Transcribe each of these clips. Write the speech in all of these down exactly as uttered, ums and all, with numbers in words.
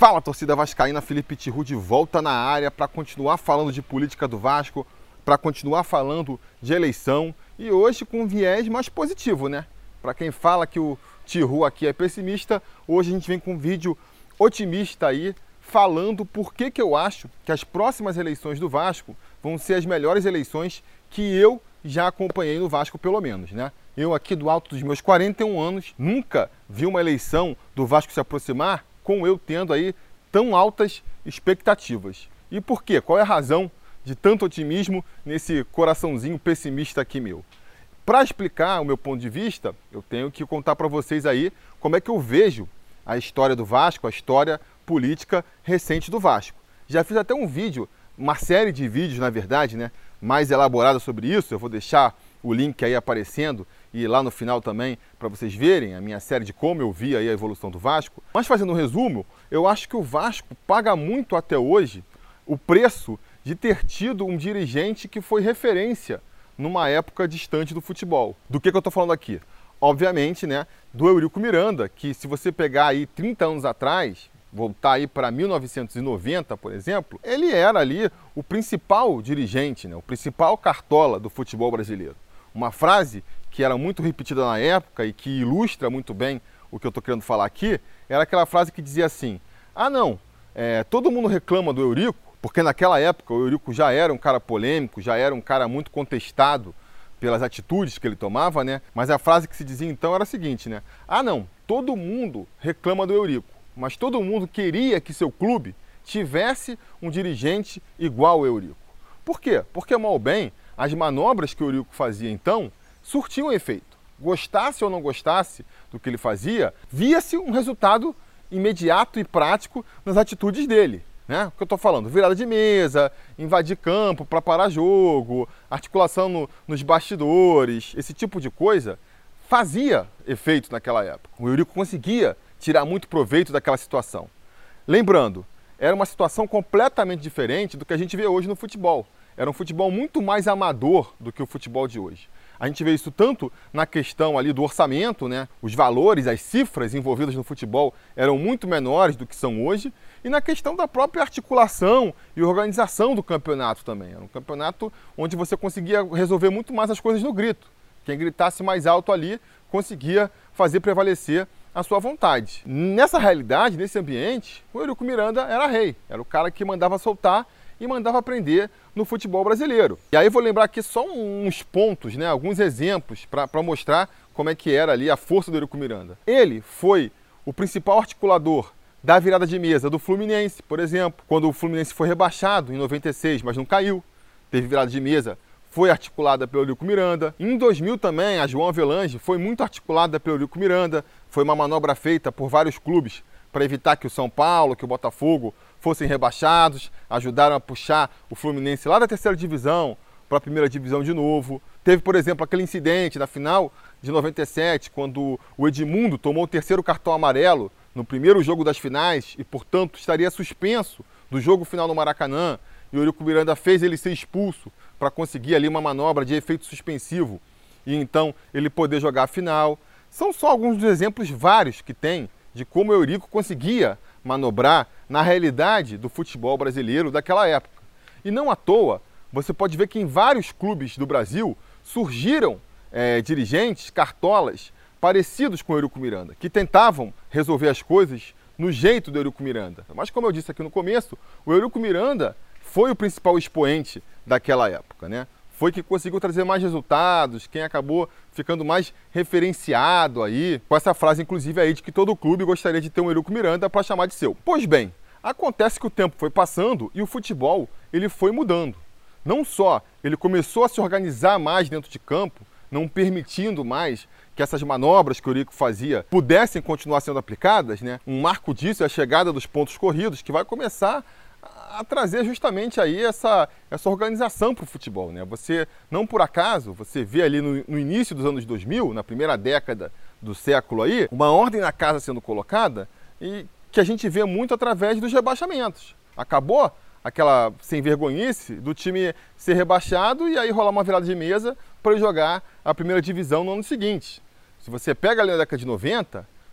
Fala, torcida vascaína, Felipe Tiru de volta na área para continuar falando de política do Vasco, para continuar falando de eleição e hoje com um viés mais positivo, né? Para quem fala que o Tiru aqui é pessimista, hoje a gente vem com um vídeo otimista aí, falando por que que eu acho que as próximas eleições do Vasco vão ser as melhores eleições que eu já acompanhei no Vasco, pelo menos, né? Eu aqui do alto dos meus quarenta e um anos nunca vi uma eleição do Vasco se aproximar com eu tendo aí tão altas expectativas. E por quê? Qual é a razão de tanto otimismo nesse coraçãozinho pessimista aqui meu? Para explicar o meu ponto de vista, eu tenho que contar para vocês aí como é que eu vejo a história do Vasco, a história política recente do Vasco. Já fiz até um vídeo, uma série de vídeos, na verdade, né, mais elaborada sobre isso. Eu vou deixar o link aí aparecendo e lá no final também para vocês verem a minha série de como eu vi aí a evolução do Vasco. Mas fazendo um resumo, eu acho que o Vasco paga muito até hoje o preço de ter tido um dirigente que foi referência numa época distante do futebol. Do que que eu estou falando aqui? Obviamente, né, do Eurico Miranda, que se você pegar aí trinta anos atrás, voltar aí para mil novecentos e noventa, por exemplo, ele era ali o principal dirigente, né, o principal cartola do futebol brasileiro. Uma frase que era muito repetida na época e que ilustra muito bem o que eu estou querendo falar aqui, era aquela frase que dizia assim: ah não, é, todo mundo reclama do Eurico, porque naquela época o Eurico já era um cara polêmico, já era um cara muito contestado pelas atitudes que ele tomava, né? Mas a frase que se dizia então era a seguinte, né? Ah não, todo mundo reclama do Eurico, mas todo mundo queria que seu clube tivesse um dirigente igual ao Eurico. Por quê? Porque, mal ou bem, as manobras que o Eurico fazia então surtiam efeito. Gostasse ou não gostasse do que ele fazia, via-se um resultado imediato e prático nas atitudes dele. Né? O que eu estou falando? Virada de mesa, invadir campo para parar jogo, articulação no, nos bastidores, esse tipo de coisa fazia efeito naquela época. O Eurico conseguia tirar muito proveito daquela situação. Lembrando, era uma situação completamente diferente do que a gente vê hoje no futebol. Era um futebol muito mais amador do que o futebol de hoje. A gente vê isso tanto na questão ali do orçamento, né? Os valores, as cifras envolvidas no futebol eram muito menores do que são hoje, e na questão da própria articulação e organização do campeonato também. Era um campeonato onde você conseguia resolver muito mais as coisas no grito. Quem gritasse mais alto ali conseguia fazer prevalecer a sua vontade. Nessa realidade, nesse ambiente, o Eurico Miranda era rei, era o cara que mandava soltar e mandava aprender no futebol brasileiro. E aí vou lembrar aqui só uns pontos, né, alguns exemplos para mostrar como é que era ali a força do Eurico Miranda. Ele foi o principal articulador da virada de mesa do Fluminense, por exemplo, quando o Fluminense foi rebaixado em noventa e seis, mas não caiu, teve virada de mesa, foi articulada pelo Eurico Miranda. Em dois mil também, a João Avelange foi muito articulada pelo Eurico Miranda, foi uma manobra feita por vários clubes para evitar que o São Paulo, que o Botafogo fossem rebaixados, ajudaram a puxar o Fluminense lá da terceira divisão para a primeira divisão de novo. Teve, por exemplo, aquele incidente na final de noventa e sete, quando o Edmundo tomou o terceiro cartão amarelo no primeiro jogo das finais e, portanto, estaria suspenso do jogo final no Maracanã, e o Eurico Miranda fez ele ser expulso para conseguir ali uma manobra de efeito suspensivo e então ele poder jogar a final. São só alguns dos exemplos vários que tem de como o Eurico conseguia manobrar na realidade do futebol brasileiro daquela época. E não à toa, você pode ver que em vários clubes do Brasil surgiram é, dirigentes, cartolas, parecidos com o Eurico Miranda, que tentavam resolver as coisas no jeito do Eurico Miranda. Mas como eu disse aqui no começo, o Eurico Miranda foi o principal expoente daquela época, né? Foi que conseguiu trazer mais resultados, quem acabou ficando mais referenciado aí, com essa frase inclusive aí de que todo clube gostaria de ter um Eurico Miranda para chamar de seu. Pois bem, acontece que o tempo foi passando e o futebol ele foi mudando. Não só ele começou a se organizar mais dentro de campo, não permitindo mais que essas manobras que o Eurico fazia pudessem continuar sendo aplicadas, né? Um marco disso é a chegada dos pontos corridos, que vai começar a trazer justamente aí essa, essa organização para o futebol, né? Você, não por acaso, você vê ali no, no início dos anos dois mil, na primeira década do século aí, uma ordem na casa sendo colocada e que a gente vê muito através dos rebaixamentos. Acabou aquela sem vergonhice do time ser rebaixado e aí rolar uma virada de mesa para jogar a primeira divisão no ano seguinte. Se você pega ali na década de noventa,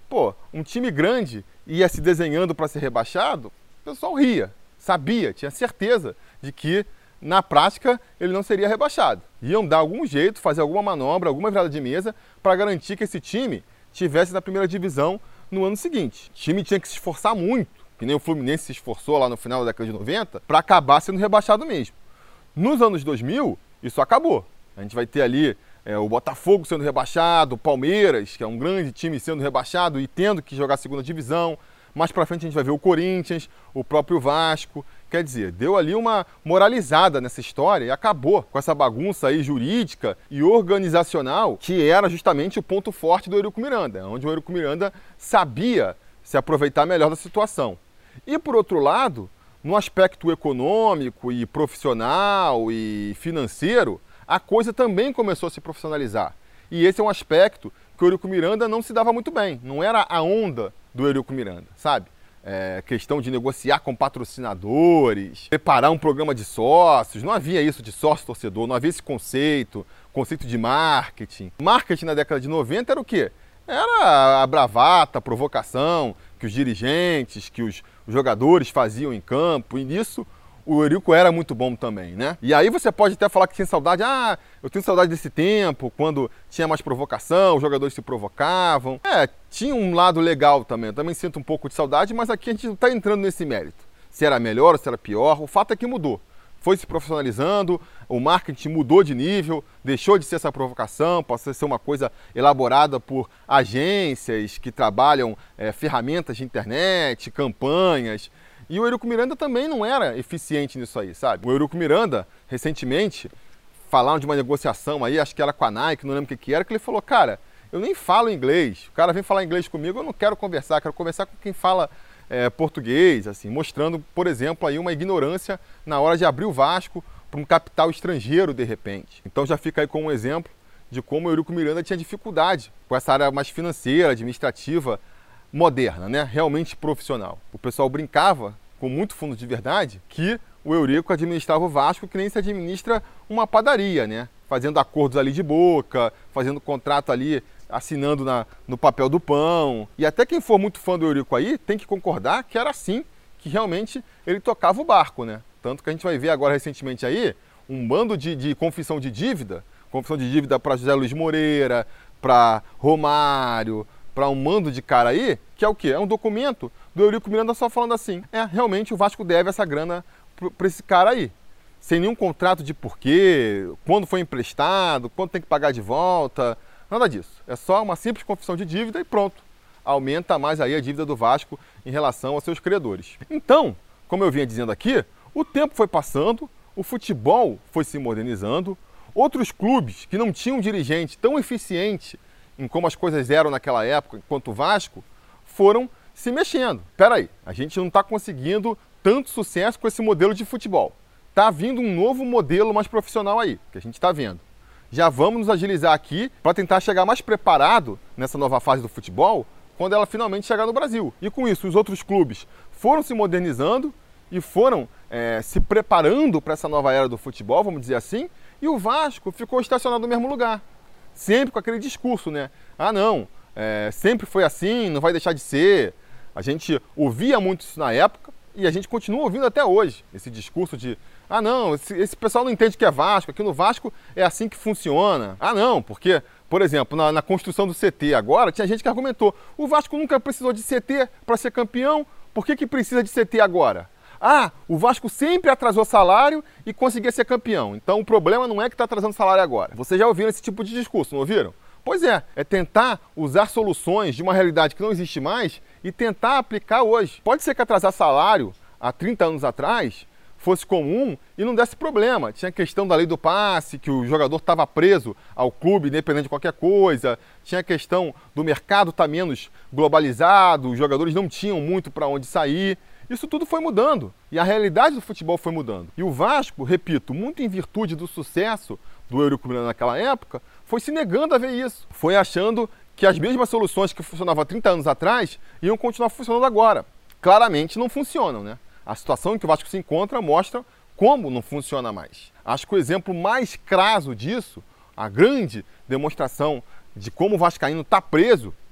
pô, um time grande ia se desenhando para ser rebaixado, o pessoal ria, sabia, tinha certeza de que na prática ele não seria rebaixado. Iam dar algum jeito, fazer alguma manobra, alguma virada de mesa para garantir que esse time tivesse na primeira divisão no ano seguinte. O time tinha que se esforçar muito, que nem o Fluminense se esforçou lá no final da década de noventa, para acabar sendo rebaixado mesmo. Nos anos dois mil, isso acabou. A gente vai ter ali é, o Botafogo sendo rebaixado, o Palmeiras, que é um grande time sendo rebaixado e tendo que jogar a segunda divisão. Mais pra frente a gente vai ver o Corinthians, o próprio Vasco. Quer dizer, deu ali uma moralizada nessa história e acabou com essa bagunça aí jurídica e organizacional que era justamente o ponto forte do Eurico Miranda, onde o Eurico Miranda sabia se aproveitar melhor da situação. E por outro lado, no aspecto econômico e profissional e financeiro, a coisa também começou a se profissionalizar. E esse é um aspecto que o Eurico Miranda não se dava muito bem, não era a onda do Eurico Miranda, sabe? É, questão de negociar com patrocinadores, preparar um programa de sócios, não havia isso de sócio-torcedor, não havia esse conceito, conceito de marketing. Marketing na década de noventa era o quê? Era a bravata, a provocação que os dirigentes, que os jogadores faziam em campo, e nisso o Eurico era muito bom também, né? E aí você pode até falar que tem saudade, ah, eu tenho saudade desse tempo, quando tinha mais provocação, os jogadores se provocavam. É, tinha um lado legal também, eu também sinto um pouco de saudade, mas aqui a gente não está entrando nesse mérito. Se era melhor ou se era pior, o fato é que mudou. Foi se profissionalizando, o marketing mudou de nível, deixou de ser essa provocação, passou a ser uma coisa elaborada por agências que trabalham é, ferramentas de internet, campanhas. E o Eurico Miranda também não era eficiente nisso aí, sabe? O Eurico Miranda, recentemente, falaram de uma negociação aí, acho que era com a Nike, não lembro o que que era, que ele falou, cara, eu nem falo inglês, o cara vem falar inglês comigo, eu não quero conversar, quero conversar com quem fala é, português, assim, mostrando, por exemplo, aí uma ignorância na hora de abrir o Vasco para um capital estrangeiro, de repente. Então já fica aí como um exemplo de como o Eurico Miranda tinha dificuldade com essa área mais financeira, administrativa, moderna, né? Realmente profissional. O pessoal brincava, com muito fundo de verdade, que o Eurico administrava o Vasco que nem se administra uma padaria, né? Fazendo acordos ali de boca, fazendo contrato ali, assinando na, no papel do pão. E até quem for muito fã do Eurico aí, tem que concordar que era assim que realmente ele tocava o barco, né? Tanto que a gente vai ver agora recentemente aí um bando de, de confissão de dívida, confissão de dívida para José Luiz Moreira, para Romário, para um mando de cara aí, que é o quê? É um documento do Eurico Miranda só falando assim, é, realmente o Vasco deve essa grana para esse cara aí. Sem nenhum contrato de porquê, quando foi emprestado, quando tem que pagar de volta, nada disso. É só uma simples confissão de dívida e pronto. Aumenta mais aí a dívida do Vasco em relação aos seus credores. Então, como eu vinha dizendo aqui, o tempo foi passando, o futebol foi se modernizando, outros clubes que não tinham um dirigente tão eficiente em como as coisas eram naquela época, quanto o Vasco, foram se mexendo. Espera aí, a gente não está conseguindo tanto sucesso com esse modelo de futebol. Está vindo um novo modelo mais profissional aí, que a gente está vendo. Já vamos nos agilizar aqui para tentar chegar mais preparado nessa nova fase do futebol, quando ela finalmente chegar no Brasil. E com isso, os outros clubes foram se modernizando e foram é, se preparando para essa nova era do futebol, vamos dizer assim, e o Vasco ficou estacionado no mesmo lugar. Sempre com aquele discurso, né? Ah, não, é, sempre foi assim, não vai deixar de ser. A gente ouvia muito isso na época e a gente continua ouvindo até hoje. Esse discurso de, ah, não, esse, esse pessoal não entende que é Vasco, aqui no Vasco é assim que funciona. Ah, não, porque, por exemplo, na, na construção do C T agora, tinha gente que argumentou, o Vasco nunca precisou de C T para ser campeão, por que que precisa de C T agora? Ah, o Vasco sempre atrasou salário e conseguia ser campeão. Então o problema não é que está atrasando salário agora. Vocês já ouviram esse tipo de discurso, não ouviram? Pois é, é tentar usar soluções de uma realidade que não existe mais e tentar aplicar hoje. Pode ser que atrasar salário há trinta anos atrás fosse comum e não desse problema. Tinha a questão da lei do passe, que o jogador estava preso ao clube independente de qualquer coisa. Tinha a questão do mercado estar menos globalizado, os jogadores não tinham muito para onde sair. Isso tudo foi mudando e a realidade do futebol foi mudando. E o Vasco, repito, muito em virtude do sucesso do Eurico Miranda naquela época, foi se negando a ver isso. Foi achando que as mesmas soluções que funcionavam há trinta anos atrás iam continuar funcionando agora. Claramente não funcionam, né? A situação em que o Vasco se encontra mostra como não funciona mais. Acho que o exemplo mais crasso disso, a grande demonstração de como o vascaíno está preso,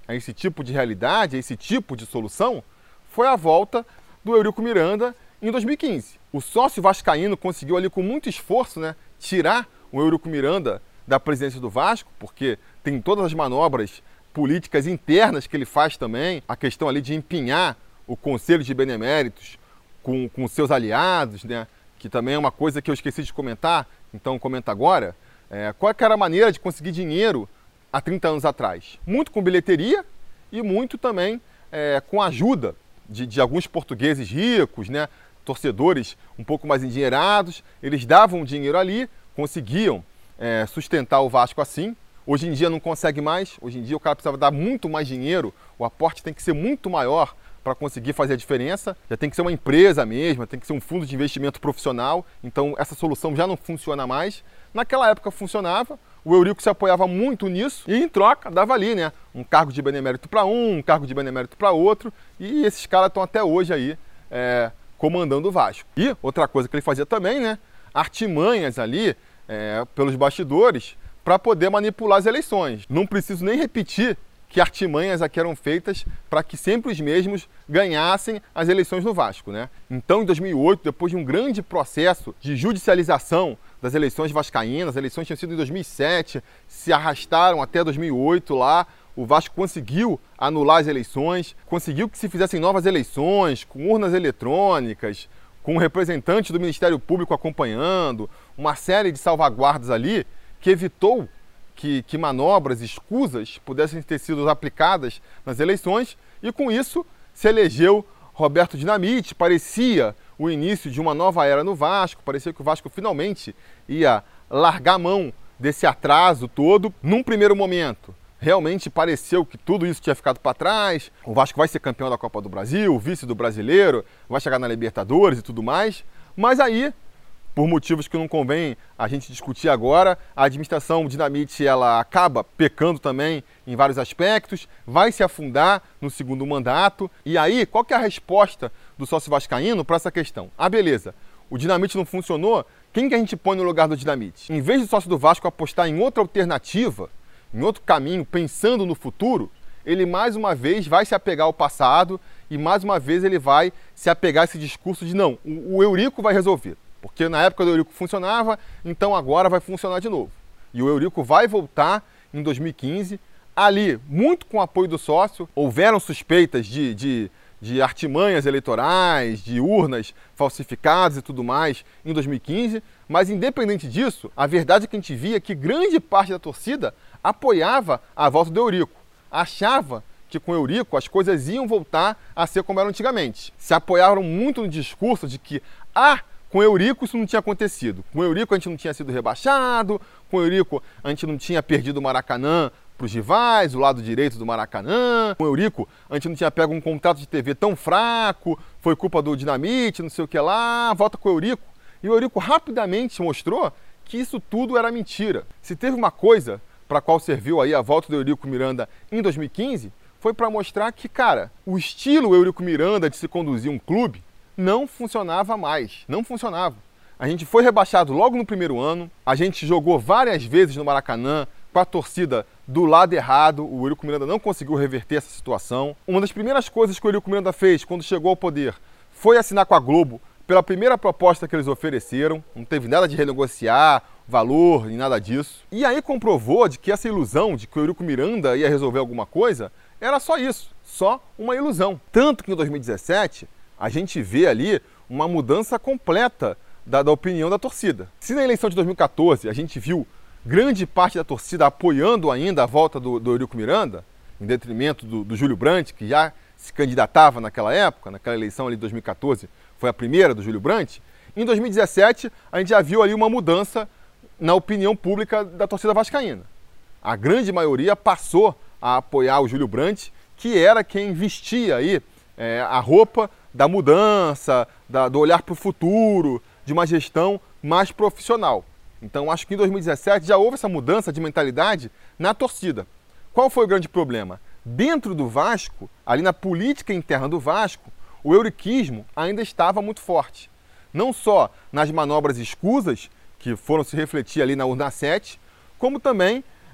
a esse tipo de realidade, a esse tipo de solução, foi a volta do Eurico Miranda em dois mil e quinze. O sócio vascaíno conseguiu ali com muito esforço, né, tirar o Eurico Miranda da presidência do Vasco, porque tem todas as manobras políticas internas que ele faz também, a questão ali de empenhar o Conselho de Beneméritos com, com seus aliados, né, que também é uma coisa que eu esqueci de comentar, então comenta agora. É, qual que era a maneira de conseguir dinheiro há trinta anos atrás? Muito com bilheteria e muito também é, com a ajuda de, de alguns portugueses ricos, né, torcedores um pouco mais endinheirados. Eles davam dinheiro ali, conseguiam é, sustentar o Vasco assim. Hoje em dia não consegue mais, hoje em dia o cara precisava dar muito mais dinheiro, o aporte tem que ser muito maior para conseguir fazer a diferença, já tem que ser uma empresa mesmo, tem que ser um fundo de investimento profissional, então essa solução já não funciona mais. Naquela época funcionava, o Eurico se apoiava muito nisso e em troca dava ali, né, um cargo de benemérito para um, um cargo de benemérito para outro, e esses caras estão até hoje aí é, comandando o Vasco. E outra coisa que ele fazia também, né, artimanhas ali é, pelos bastidores para poder manipular as eleições. Não preciso nem repetir que artimanhas aqui eram feitas para que sempre os mesmos ganhassem as eleições no Vasco, né? Então, em dois mil e oito, depois de um grande processo de judicialização das eleições vascaínas, as eleições tinham sido em dois mil e sete, se arrastaram até dois mil e oito lá, o Vasco conseguiu anular as eleições, conseguiu que se fizessem novas eleições, com urnas eletrônicas, com um representante do Ministério Público acompanhando, uma série de salvaguardas ali, que evitou que, que manobras escusas pudessem ter sido aplicadas nas eleições, e com isso se elegeu Roberto Dinamite. Parecia o início de uma nova era no Vasco, parecia que o Vasco finalmente ia largar a mão desse atraso todo. Num primeiro momento, realmente pareceu que tudo isso tinha ficado para trás, o Vasco vai ser campeão da Copa do Brasil, vice do Brasileiro, vai chegar na Libertadores e tudo mais, mas aí, por motivos que não convém a gente discutir agora, a administração Dinamite ela acaba pecando também em vários aspectos, vai se afundar no segundo mandato. E aí, qual que é a resposta do sócio vascaíno para essa questão? Ah, beleza, o Dinamite não funcionou, quem que a gente põe no lugar do Dinamite? Em vez do sócio do Vasco apostar em outra alternativa, em outro caminho, pensando no futuro, ele mais uma vez vai se apegar ao passado e mais uma vez ele vai se apegar a esse discurso de não, o, o Eurico vai resolver. Porque na época do Eurico funcionava, então agora vai funcionar de novo. E o Eurico vai voltar em dois mil e quinze, ali, muito com o apoio do sócio. Houveram suspeitas de, de, de artimanhas eleitorais, de urnas falsificadas e tudo mais em dois mil e quinze, mas independente disso, a verdade é que a gente via que grande parte da torcida apoiava a volta do Eurico. Achava que com o Eurico as coisas iam voltar a ser como eram antigamente. Se apoiaram muito no discurso de que, ah, com o Eurico isso não tinha acontecido. Com o Eurico a gente não tinha sido rebaixado, com o Eurico a gente não tinha perdido o Maracanã para os rivais, o lado direito do Maracanã. Com o Eurico a gente não tinha pego um contrato de T V tão fraco, foi culpa do Dinamite, não sei o que lá, volta com o Eurico. E o Eurico rapidamente mostrou que isso tudo era mentira. Se teve uma coisa para a qual serviu aí a volta do Eurico Miranda em dois mil e quinze, foi para mostrar que, cara, o estilo Eurico Miranda de se conduzir um clube não funcionava mais, não funcionava. A gente foi rebaixado logo no primeiro ano, a gente jogou várias vezes no Maracanã com a torcida do lado errado, o Eurico Miranda não conseguiu reverter essa situação. Uma das primeiras coisas que o Eurico Miranda fez quando chegou ao poder foi assinar com a Globo pela primeira proposta que eles ofereceram, não teve nada de renegociar valor nem nada disso. E aí comprovou de que essa ilusão de que o Eurico Miranda ia resolver alguma coisa era só isso, só uma ilusão. Tanto que em dois mil e dezessete a gente vê ali uma mudança completa da, da opinião da torcida. Se na eleição de dois mil e quatorze a gente viu grande parte da torcida apoiando ainda a volta do, do Eurico Miranda, em detrimento do, do Júlio Brandt, que já se candidatava naquela época, naquela eleição ali de dois mil e quatorze, foi a primeira do Júlio Brandt, em dois mil e dezessete a gente já viu ali uma mudança na opinião pública da torcida vascaína. A grande maioria passou a apoiar o Júlio Brandt, que era quem vestia aí é, a roupa da mudança, da, do olhar para o futuro, de uma gestão mais profissional. Então, acho que em dois mil e dezessete já houve essa mudança de mentalidade na torcida. Qual foi o grande problema? Dentro do Vasco, ali na política interna do Vasco, o euriquismo ainda estava muito forte. Não só nas manobras escusas, que foram se refletir ali na urna sete, como também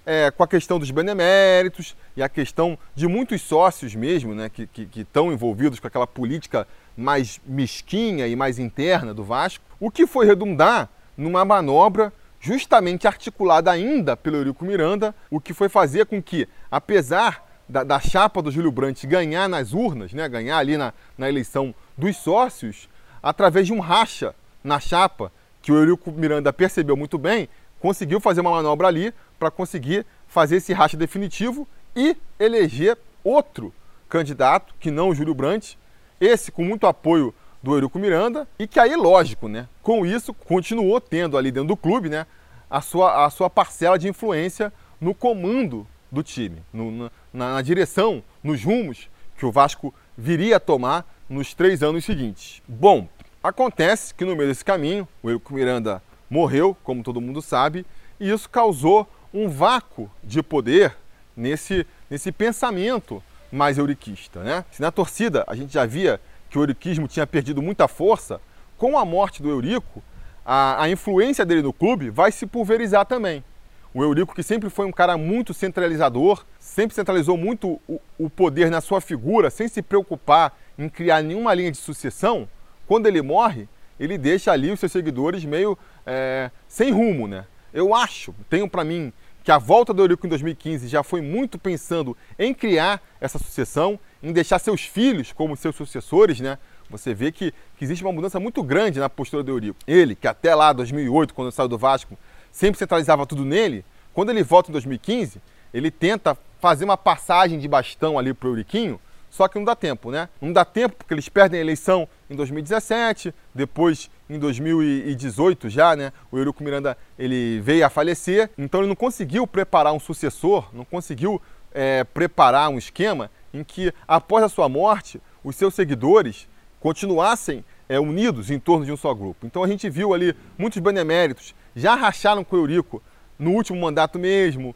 é, com a questão dos beneméritos e a questão de muitos sócios mesmo, né, que estão envolvidos com aquela política mais mesquinha e mais interna do Vasco, o que foi redundar numa manobra justamente articulada ainda pelo Eurico Miranda, o que foi fazer com que, apesar da, da chapa do Júlio Brandt ganhar nas urnas, né, ganhar ali na, na eleição dos sócios, através de um racha na chapa, que o Eurico Miranda percebeu muito bem, conseguiu fazer uma manobra ali para conseguir fazer esse racha definitivo e eleger outro candidato, que não o Júlio Brandt, esse com muito apoio do Eurico Miranda, e que aí, lógico, né, com isso, continuou tendo ali dentro do clube, né, a sua, a sua parcela de influência no comando do time, no, na, na direção, nos rumos que o Vasco viria a tomar nos três anos seguintes. Bom, acontece que no meio desse caminho, o Eurico Miranda morreu, como todo mundo sabe, e isso causou um vácuo de poder nesse, nesse pensamento mais euriquista, né? Se na torcida a gente já via que o euriquismo tinha perdido muita força, com a morte do Eurico, a, a influência dele no clube vai se pulverizar também. O Eurico, que sempre foi um cara muito centralizador, sempre centralizou muito o, o poder na sua figura, sem se preocupar em criar nenhuma linha de sucessão, quando ele morre, ele deixa ali os seus seguidores meio é, sem rumo, né? Eu acho, tenho para mim, que a volta do Eurico em dois mil e quinze já foi muito pensando em criar essa sucessão, em deixar seus filhos como seus sucessores, né? Você vê que, que existe uma mudança muito grande na postura do Eurico. Ele, que até lá, dois mil e oito, quando saiu do Vasco, sempre centralizava tudo nele, quando ele volta em dois mil e quinze, ele tenta fazer uma passagem de bastão ali pro Euriquinho, só que não dá tempo, né? Não dá tempo porque eles perdem a eleição em dois mil e dezessete, depois em dois mil e dezoito já, né? O Eurico Miranda ele veio a falecer, então ele não conseguiu preparar um sucessor, não conseguiu é, preparar um esquema em que, após a sua morte, os seus seguidores continuassem é, unidos em torno de um só grupo. Então a gente viu ali muitos beneméritos já racharam com o Eurico no último mandato mesmo,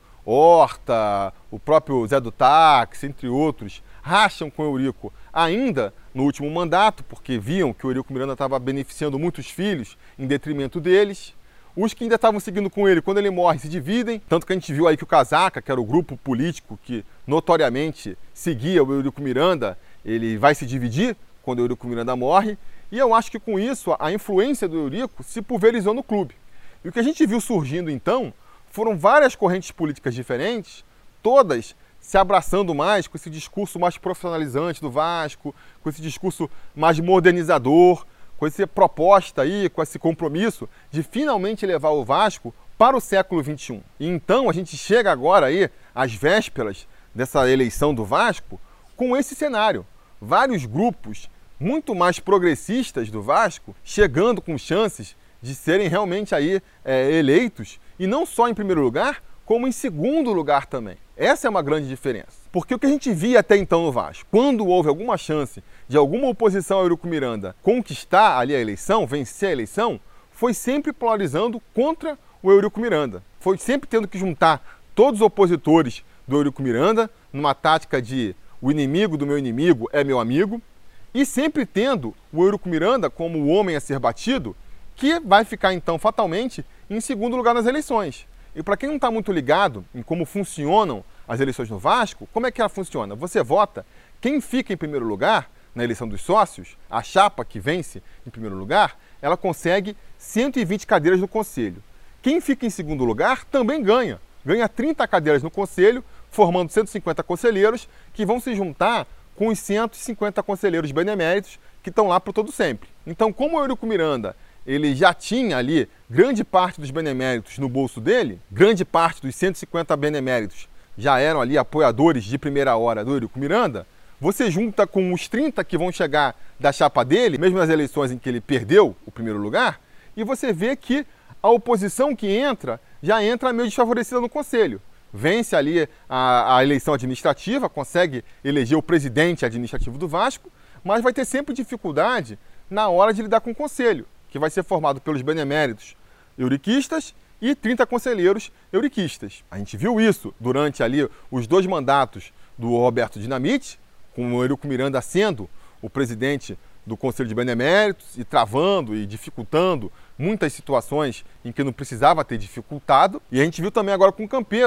Horta, o próprio Zé do Táxi, entre outros, racham com o Eurico ainda no último mandato, porque viam que o Eurico Miranda estava beneficiando muitos filhos em detrimento deles. Os que ainda estavam seguindo com ele, quando ele morre, se dividem. Tanto que a gente viu aí que o Casaca, que era o grupo político que notoriamente seguia o Eurico Miranda, ele vai se dividir quando o Eurico Miranda morre. E eu acho que com isso a influência do Eurico se pulverizou no clube. E o que a gente viu surgindo então foram várias correntes políticas diferentes, todas se abraçando mais com esse discurso mais profissionalizante do Vasco, com esse discurso mais modernizador, com essa proposta aí, com esse compromisso de finalmente levar o Vasco para o século vinte e um. E então a gente chega agora aí, às vésperas dessa eleição do Vasco, com esse cenário. Vários grupos muito mais progressistas do Vasco chegando com chances de serem realmente aí é, eleitos, e não só em primeiro lugar, como em segundo lugar também. Essa é uma grande diferença. Porque o que a gente via até então no Vasco, quando houve alguma chance de alguma oposição ao Eurico Miranda conquistar ali a eleição, vencer a eleição, foi sempre polarizando contra o Eurico Miranda. Foi sempre tendo que juntar todos os opositores do Eurico Miranda, numa tática de o inimigo do meu inimigo é meu amigo, e sempre tendo o Eurico Miranda como o homem a ser batido, que vai ficar então fatalmente em segundo lugar nas eleições. E para quem não está muito ligado em como funcionam as eleições no Vasco, como é que ela funciona? Você vota, quem fica em primeiro lugar na eleição dos sócios, a chapa que vence em primeiro lugar, ela consegue cento e vinte cadeiras no conselho. Quem fica em segundo lugar também ganha. Ganha trinta cadeiras no conselho, formando cento e cinquenta conselheiros, que vão se juntar com os cento e cinquenta conselheiros beneméritos que estão lá para todo sempre. Então, como o Eurico Miranda ele já tinha ali grande parte dos beneméritos no bolso dele, grande parte dos cento e cinquenta beneméritos já eram ali apoiadores de primeira hora do Eurico Miranda, você junta com os trinta que vão chegar da chapa dele, mesmo nas eleições em que ele perdeu o primeiro lugar, e você vê que a oposição que entra, já entra meio desfavorecida no conselho. Vence ali a, a eleição administrativa, consegue eleger o presidente administrativo do Vasco, mas vai ter sempre dificuldade na hora de lidar com o conselho, que vai ser formado pelos beneméritos euriquistas e trinta conselheiros euriquistas. A gente viu isso durante ali os dois mandatos do Roberto Dinamite, com o Eurico Miranda sendo o presidente do Conselho de Beneméritos e travando e dificultando muitas situações em que não precisava ter dificultado. E a gente viu também agora com o Campelo,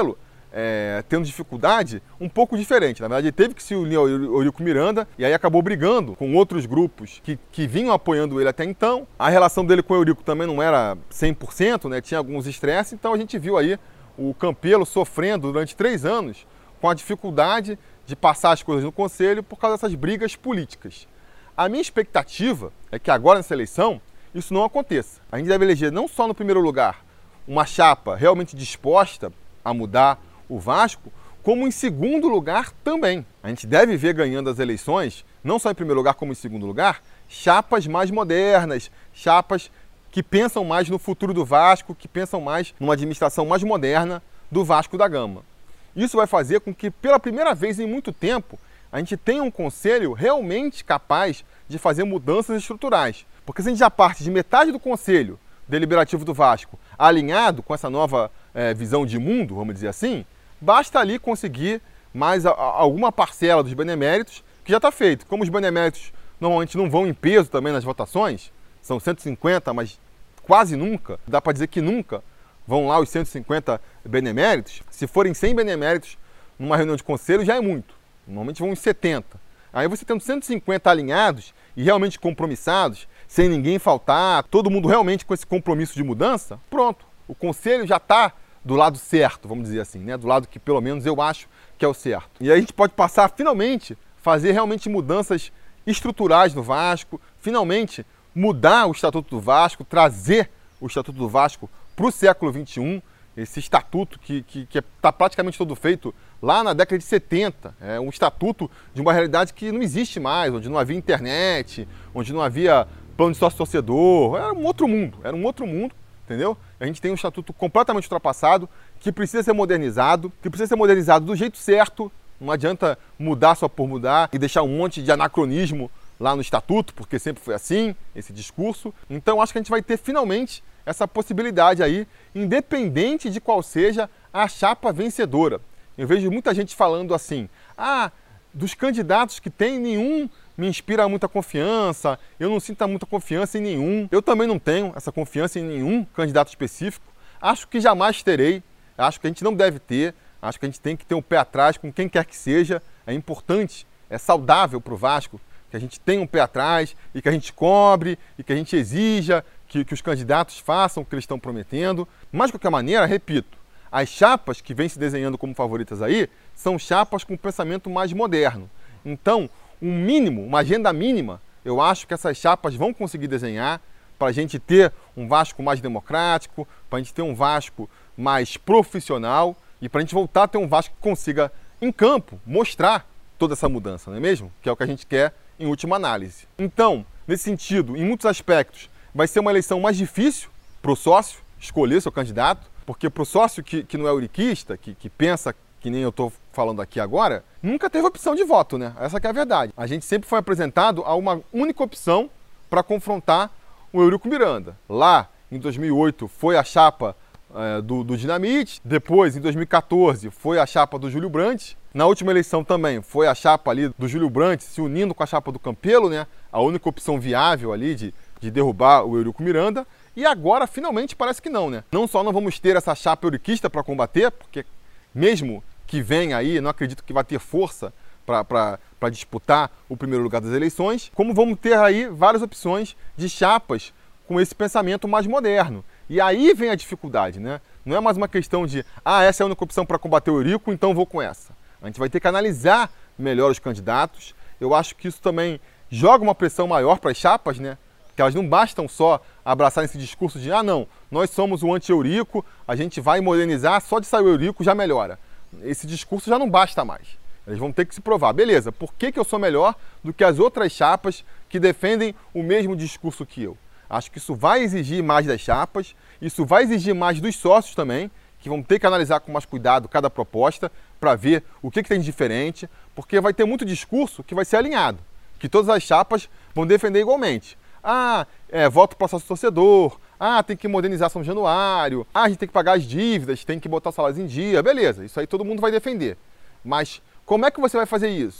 é, tendo dificuldade um pouco diferente. Na verdade, ele teve que se unir ao Eurico Miranda e aí acabou brigando com outros grupos que, que vinham apoiando ele até então. A relação dele com o Eurico também não era cem por cento, né? Tinha alguns estresses, então a gente viu aí o Campelo sofrendo durante três anos com a dificuldade de passar as coisas no Conselho por causa dessas brigas políticas. A minha expectativa é que agora nessa eleição isso não aconteça. A gente deve eleger não só no primeiro lugar uma chapa realmente disposta a mudar o Vasco, como em segundo lugar também. A gente deve ver ganhando as eleições, não só em primeiro lugar como em segundo lugar, chapas mais modernas, chapas que pensam mais no futuro do Vasco, que pensam mais numa administração mais moderna do Vasco da Gama. Isso vai fazer com que, pela primeira vez em muito tempo, a gente tenha um conselho realmente capaz de fazer mudanças estruturais. Porque se a gente já parte de metade do conselho deliberativo do Vasco alinhado com essa nova é, visão de mundo, vamos dizer assim, basta ali conseguir mais a, a, alguma parcela dos beneméritos, que já está feito. Como os beneméritos normalmente não vão em peso também nas votações, são cento e cinquenta, mas quase nunca, dá para dizer que nunca, vão lá os cento e cinquenta beneméritos. Se forem cem beneméritos numa reunião de conselho, já é muito. Normalmente vão uns setenta. Aí você tendo cento e cinquenta alinhados e realmente compromissados, sem ninguém faltar, todo mundo realmente com esse compromisso de mudança, pronto. O conselho já está do lado certo, vamos dizer assim, né? Do lado que pelo menos eu acho que é o certo. E aí a gente pode passar a finalmente fazer realmente mudanças estruturais no Vasco, finalmente mudar o Estatuto do Vasco, trazer o Estatuto do Vasco para o século vinte e um, esse estatuto que está que, que tá praticamente todo feito lá na década de setenta. É um estatuto de uma realidade que não existe mais, onde não havia internet, onde não havia plano de sócio-torcedor, era um outro mundo, era um outro mundo, entendeu? A gente tem um estatuto completamente ultrapassado, que precisa ser modernizado, que precisa ser modernizado do jeito certo, não adianta mudar só por mudar e deixar um monte de anacronismo lá no estatuto, porque sempre foi assim, esse discurso. Então acho que a gente vai ter finalmente essa possibilidade aí, independente de qual seja a chapa vencedora. Eu vejo muita gente falando assim, ah, dos candidatos que tem, nenhum me inspira muita confiança, eu não sinto muita confiança em nenhum. Eu também não tenho essa confiança em nenhum candidato específico. Acho que jamais terei, acho que a gente não deve ter, acho que a gente tem que ter um pé atrás com quem quer que seja. É importante, é saudável para o Vasco que a gente tenha um pé atrás e que a gente cobre e que a gente exija que, que os candidatos façam o que eles estão prometendo. Mas, de qualquer maneira, repito, as chapas que vêm se desenhando como favoritas aí são chapas com pensamento mais moderno. Então, um mínimo, uma agenda mínima, eu acho que essas chapas vão conseguir desenhar para a gente ter um Vasco mais democrático, para a gente ter um Vasco mais profissional e para a gente voltar a ter um Vasco que consiga, em campo, mostrar toda essa mudança, não é mesmo? Que é o que a gente quer em última análise. Então, nesse sentido, em muitos aspectos, vai ser uma eleição mais difícil para o sócio escolher seu candidato, porque para o sócio que, que não é euriquista, que, que pensa que nem eu estou falando aqui agora, nunca teve opção de voto, né? Essa que é a verdade. A gente sempre foi apresentado a uma única opção para confrontar o Eurico Miranda. Lá, em dois mil e oito, foi a chapa é, do, do Dinamite, depois, em dois mil e quatorze, foi a chapa do Júlio Brandt. Na última eleição também foi a chapa ali do Júlio Brandt se unindo com a chapa do Campelo, né? A única opção viável ali de, de derrubar o Eurico Miranda. E agora, finalmente, parece que não, né? Não só não vamos ter essa chapa euriquista para combater, porque mesmo que venha aí, não acredito que vai ter força para disputar o primeiro lugar das eleições, como vamos ter aí várias opções de chapas com esse pensamento mais moderno. E aí vem a dificuldade, né? Não é mais uma questão de, ah, essa é a única opção para combater o Eurico, então vou com essa. A gente vai ter que analisar melhor os candidatos. Eu acho que isso também joga uma pressão maior para as chapas, né? Que elas não bastam só abraçar esse discurso de, ah, não, nós somos o anti-Eurico, a gente vai modernizar, só de sair o Eurico já melhora. Esse discurso já não basta mais. Eles vão ter que se provar. Beleza, por que que eu sou melhor do que as outras chapas que defendem o mesmo discurso que eu? Acho que isso vai exigir mais das chapas, isso vai exigir mais dos sócios também, que vão ter que analisar com mais cuidado cada proposta para ver o que, que tem de diferente, porque vai ter muito discurso que vai ser alinhado, que todas as chapas vão defender igualmente. Ah, é, voto para sócio torcedor, ah, tem que modernizar São Januário, ah, a gente tem que pagar as dívidas, tem que botar salários em dia, beleza, isso aí todo mundo vai defender. Mas como é que você vai fazer isso?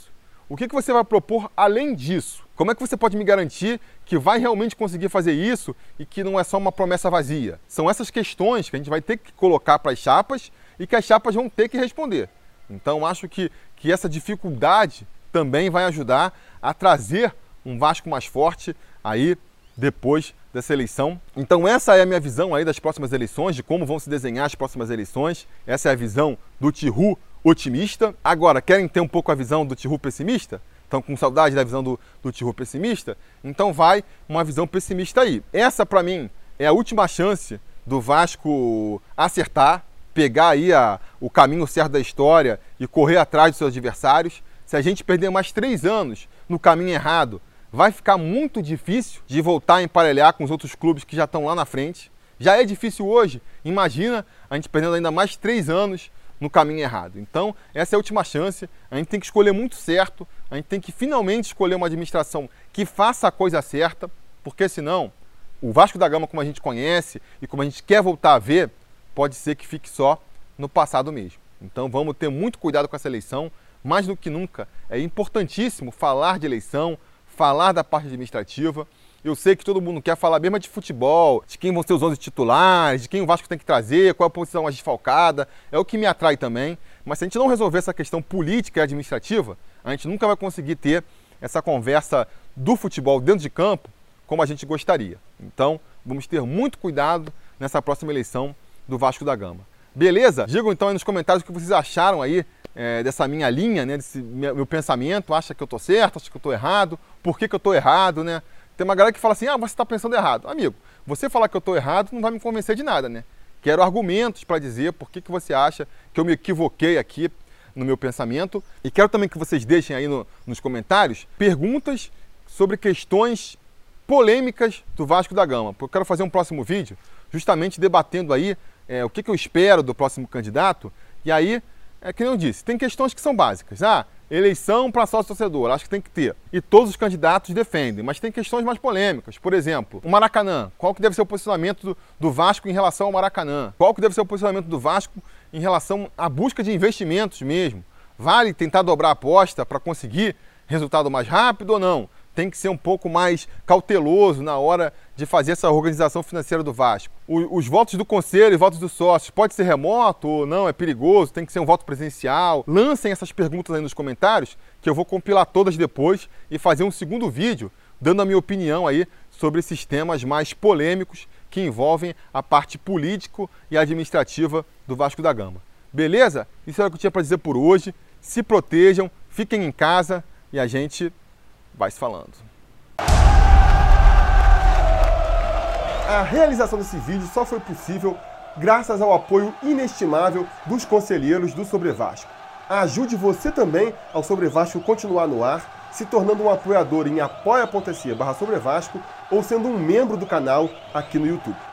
O que, que você vai propor além disso? Como é que você pode me garantir que vai realmente conseguir fazer isso e que não é só uma promessa vazia? São essas questões que a gente vai ter que colocar para as chapas e que as chapas vão ter que responder. Então, acho que, que essa dificuldade também vai ajudar a trazer um Vasco mais forte aí depois dessa eleição. Então essa é a minha visão aí das próximas eleições, de como vão se desenhar as próximas eleições. Essa é a visão do Tihu otimista. Agora, querem ter um pouco a visão do Tihu pessimista? Estão com saudade da visão do, do Tihu pessimista? Então vai uma visão pessimista aí. Essa, para mim, é a última chance do Vasco acertar, pegar aí a, o caminho certo da história e correr atrás dos seus adversários. Se a gente perder mais três anos no caminho errado, vai ficar muito difícil de voltar a emparelhar com os outros clubes que já estão lá na frente. Já é difícil hoje, imagina a gente perdendo ainda mais três anos no caminho errado. Então, essa é a última chance, a gente tem que escolher muito certo, a gente tem que finalmente escolher uma administração que faça a coisa certa, porque senão o Vasco da Gama, como a gente conhece e como a gente quer voltar a ver, pode ser que fique só no passado mesmo. Então vamos ter muito cuidado com essa eleição, mais do que nunca é importantíssimo falar de eleição, falar da parte administrativa. Eu sei que todo mundo quer falar mesmo de futebol, de quem vão ser os onze titulares, de quem o Vasco tem que trazer, qual é a posição mais desfalcada, é o que me atrai também. Mas se a gente não resolver essa questão política e administrativa, a gente nunca vai conseguir ter essa conversa do futebol dentro de campo como a gente gostaria. Então, vamos ter muito cuidado nessa próxima eleição do Vasco da Gama. Beleza? Digam então aí nos comentários o que vocês acharam aí é, dessa minha linha, né, desse meu, meu pensamento. Acha que eu tô certo? Acha que eu tô errado? Por que que eu tô errado, né? Tem uma galera que fala assim, ah, você está pensando errado. Amigo, você falar que eu tô errado não vai me convencer de nada, né? Quero argumentos para dizer por que que você acha que eu me equivoquei aqui no meu pensamento. E quero também que vocês deixem aí no, nos comentários perguntas sobre questões polêmicas do Vasco da Gama. Porque eu quero fazer um próximo vídeo justamente debatendo aí é, o que que eu espero do próximo candidato. E aí, é que nem eu disse, tem questões que são básicas. Ah, eleição para sócio-torcedor, acho que tem que ter. E todos os candidatos defendem, mas tem questões mais polêmicas. Por exemplo, o Maracanã. Qual que deve ser o posicionamento do, do Vasco em relação ao Maracanã? Qual que deve ser o posicionamento do Vasco em relação à busca de investimentos mesmo? Vale tentar dobrar a aposta para conseguir resultado mais rápido ou não? Tem que ser um pouco mais cauteloso na hora de fazer essa organização financeira do Vasco. O, os votos do conselho e votos dos sócios, pode ser remoto ou não, é perigoso, tem que ser um voto presencial. Lancem essas perguntas aí nos comentários, que eu vou compilar todas depois e fazer um segundo vídeo, dando a minha opinião aí sobre esses temas mais polêmicos que envolvem a parte político e administrativa do Vasco da Gama. Beleza? Isso era o que eu tinha para dizer por hoje. Se protejam, fiquem em casa e a gente vai se falando. A realização desse vídeo só foi possível graças ao apoio inestimável dos conselheiros do Sobre Vasco. Ajude você também ao Sobre Vasco continuar no ar, se tornando um apoiador em apoia.se barra Sobre Vasco ou sendo um membro do canal aqui no YouTube.